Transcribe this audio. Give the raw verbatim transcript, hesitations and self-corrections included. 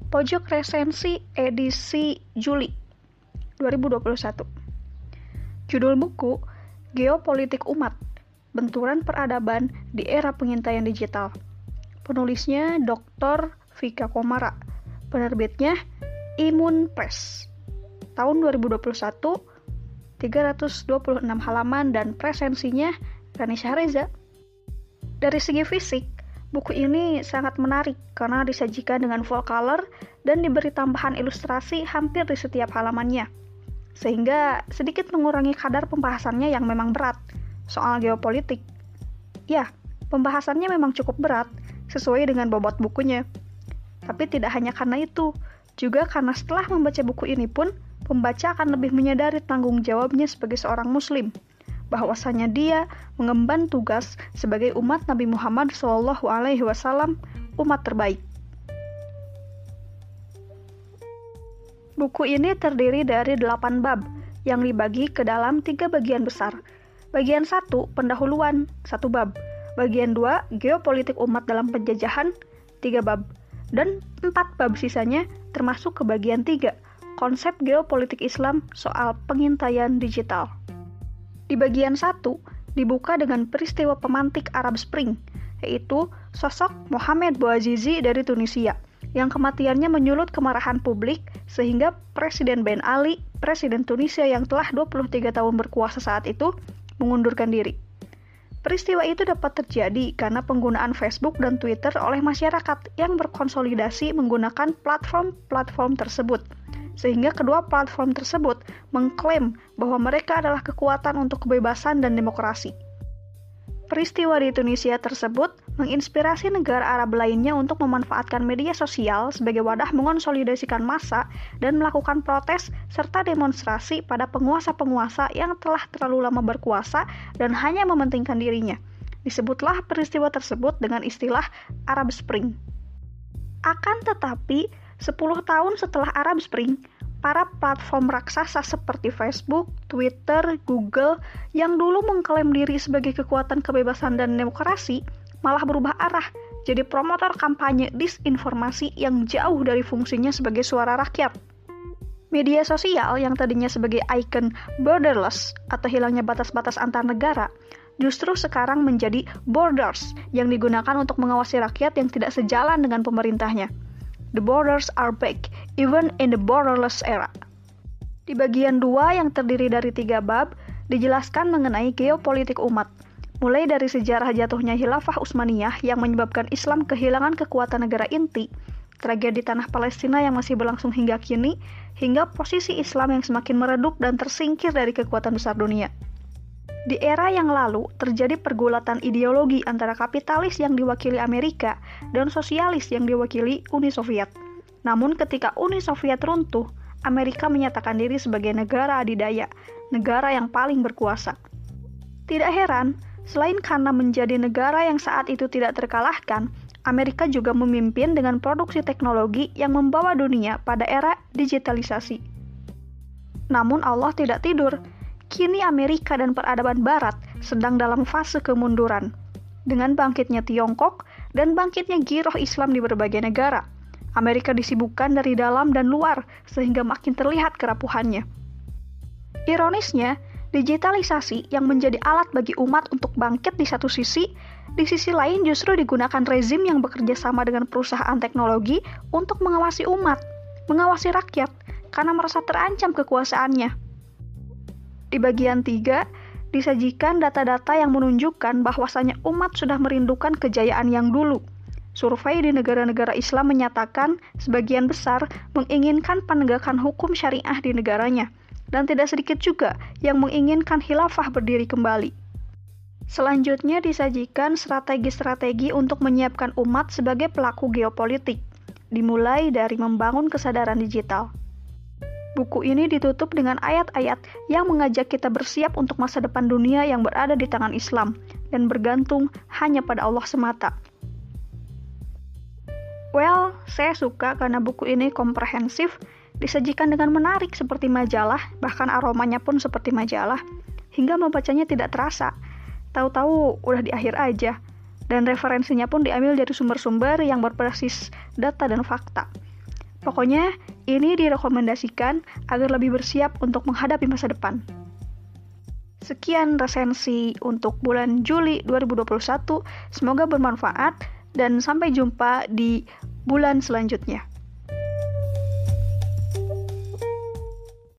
Pojok resensi edisi Juli dua ribu dua puluh satu. Judul buku, Geopolitik Umat, Benturan Peradaban di Era Pengintaian Digital. Penulisnya doktor Vika Komara. Penerbitnya Imun Press. Tahun dua ribu dua puluh satu, tiga ratus dua puluh enam halaman dan presensinya Rani Syahreza. Dari segi fisik, buku ini sangat menarik karena disajikan dengan full color dan diberi tambahan ilustrasi hampir di setiap halamannya. Sehingga sedikit mengurangi kadar pembahasannya yang memang berat soal geopolitik. Ya, pembahasannya memang cukup berat sesuai dengan bobot bukunya. Tapi tidak hanya karena itu, juga karena setelah membaca buku ini pun, pembaca akan lebih menyadari tanggung jawabnya sebagai seorang muslim, bahwasanya dia mengemban tugas sebagai umat Nabi Muhammad shallallahu alaihi wasallam, umat terbaik. Buku ini terdiri dari delapan bab yang dibagi ke dalam tiga bagian besar. Bagian satu, pendahuluan, satu bab. Bagian dua, geopolitik umat dalam penjajahan, tiga bab. Dan empat bab sisanya termasuk ke bagian tiga, konsep geopolitik Islam soal pengintaian digital. Di bagian satu, dibuka dengan peristiwa pemantik Arab Spring, yaitu sosok Mohamed Bouazizi dari Tunisia, yang kematiannya menyulut kemarahan publik sehingga Presiden Ben Ali, Presiden Tunisia yang telah dua puluh tiga tahun berkuasa saat itu, mengundurkan diri. Peristiwa itu dapat terjadi karena penggunaan Facebook dan Twitter oleh masyarakat yang berkonsolidasi menggunakan platform-platform tersebut, sehingga kedua platform tersebut mengklaim bahwa mereka adalah kekuatan untuk kebebasan dan demokrasi. Peristiwa di Tunisia tersebut menginspirasi negara Arab lainnya untuk memanfaatkan media sosial sebagai wadah mengonsolidasikan massa dan melakukan protes serta demonstrasi pada penguasa-penguasa yang telah terlalu lama berkuasa dan hanya mementingkan dirinya. Disebutlah peristiwa tersebut dengan istilah Arab Spring. Akan tetapi, sepuluh tahun setelah Arab Spring, para platform raksasa seperti Facebook, Twitter, Google yang dulu mengklaim diri sebagai kekuatan kebebasan dan demokrasi malah berubah arah jadi promotor kampanye disinformasi yang jauh dari fungsinya sebagai suara rakyat. Media sosial yang tadinya sebagai ikon borderless atau hilangnya batas-batas antar negara justru sekarang menjadi borders yang digunakan untuk mengawasi rakyat yang tidak sejalan dengan pemerintahnya. The borders are back, even in the borderless era. Di bagian dua yang terdiri dari tiga bab, dijelaskan mengenai geopolitik umat, mulai dari sejarah jatuhnya Khilafah Utsmaniyah yang menyebabkan Islam kehilangan kekuatan negara inti, tragedi tanah Palestina yang masih berlangsung hingga kini, hingga posisi Islam yang semakin meredup dan tersingkir dari kekuatan besar dunia. Di era yang lalu, terjadi pergulatan ideologi antara kapitalis yang diwakili Amerika dan sosialis yang diwakili Uni Soviet. Namun ketika Uni Soviet runtuh, Amerika menyatakan diri sebagai negara adidaya, negara yang paling berkuasa. Tidak heran, selain karena menjadi negara yang saat itu tidak terkalahkan, Amerika juga memimpin dengan produksi teknologi yang membawa dunia pada era digitalisasi. Namun Allah tidak tidur. Kini Amerika dan peradaban Barat sedang dalam fase kemunduran. Dengan bangkitnya Tiongkok dan bangkitnya giroh Islam di berbagai negara, Amerika disibukkan dari dalam dan luar sehingga makin terlihat kerapuhannya. Ironisnya, digitalisasi yang menjadi alat bagi umat untuk bangkit di satu sisi, di sisi lain justru digunakan rezim yang bekerja sama dengan perusahaan teknologi untuk mengawasi umat, mengawasi rakyat, karena merasa terancam kekuasaannya. Di bagian tiga, disajikan data-data yang menunjukkan bahwasanya umat sudah merindukan kejayaan yang dulu. Survei di negara-negara Islam menyatakan sebagian besar menginginkan penegakan hukum syariah di negaranya, dan tidak sedikit juga yang menginginkan khilafah berdiri kembali. Selanjutnya disajikan strategi-strategi untuk menyiapkan umat sebagai pelaku geopolitik, dimulai dari membangun kesadaran digital. Buku ini ditutup dengan ayat-ayat yang mengajak kita bersiap untuk masa depan dunia yang berada di tangan Islam dan bergantung hanya pada Allah semata. Well, saya suka karena buku ini komprehensif, disajikan dengan menarik seperti majalah, bahkan aromanya pun seperti majalah, hingga membacanya tidak terasa. Tahu-tahu udah di akhir aja, dan referensinya pun diambil dari sumber-sumber yang berbasis data dan fakta. Pokoknya, ini direkomendasikan agar lebih bersiap untuk menghadapi masa depan. Sekian resensi untuk bulan Juli dua ribu dua puluh satu. Semoga bermanfaat dan sampai jumpa di bulan selanjutnya.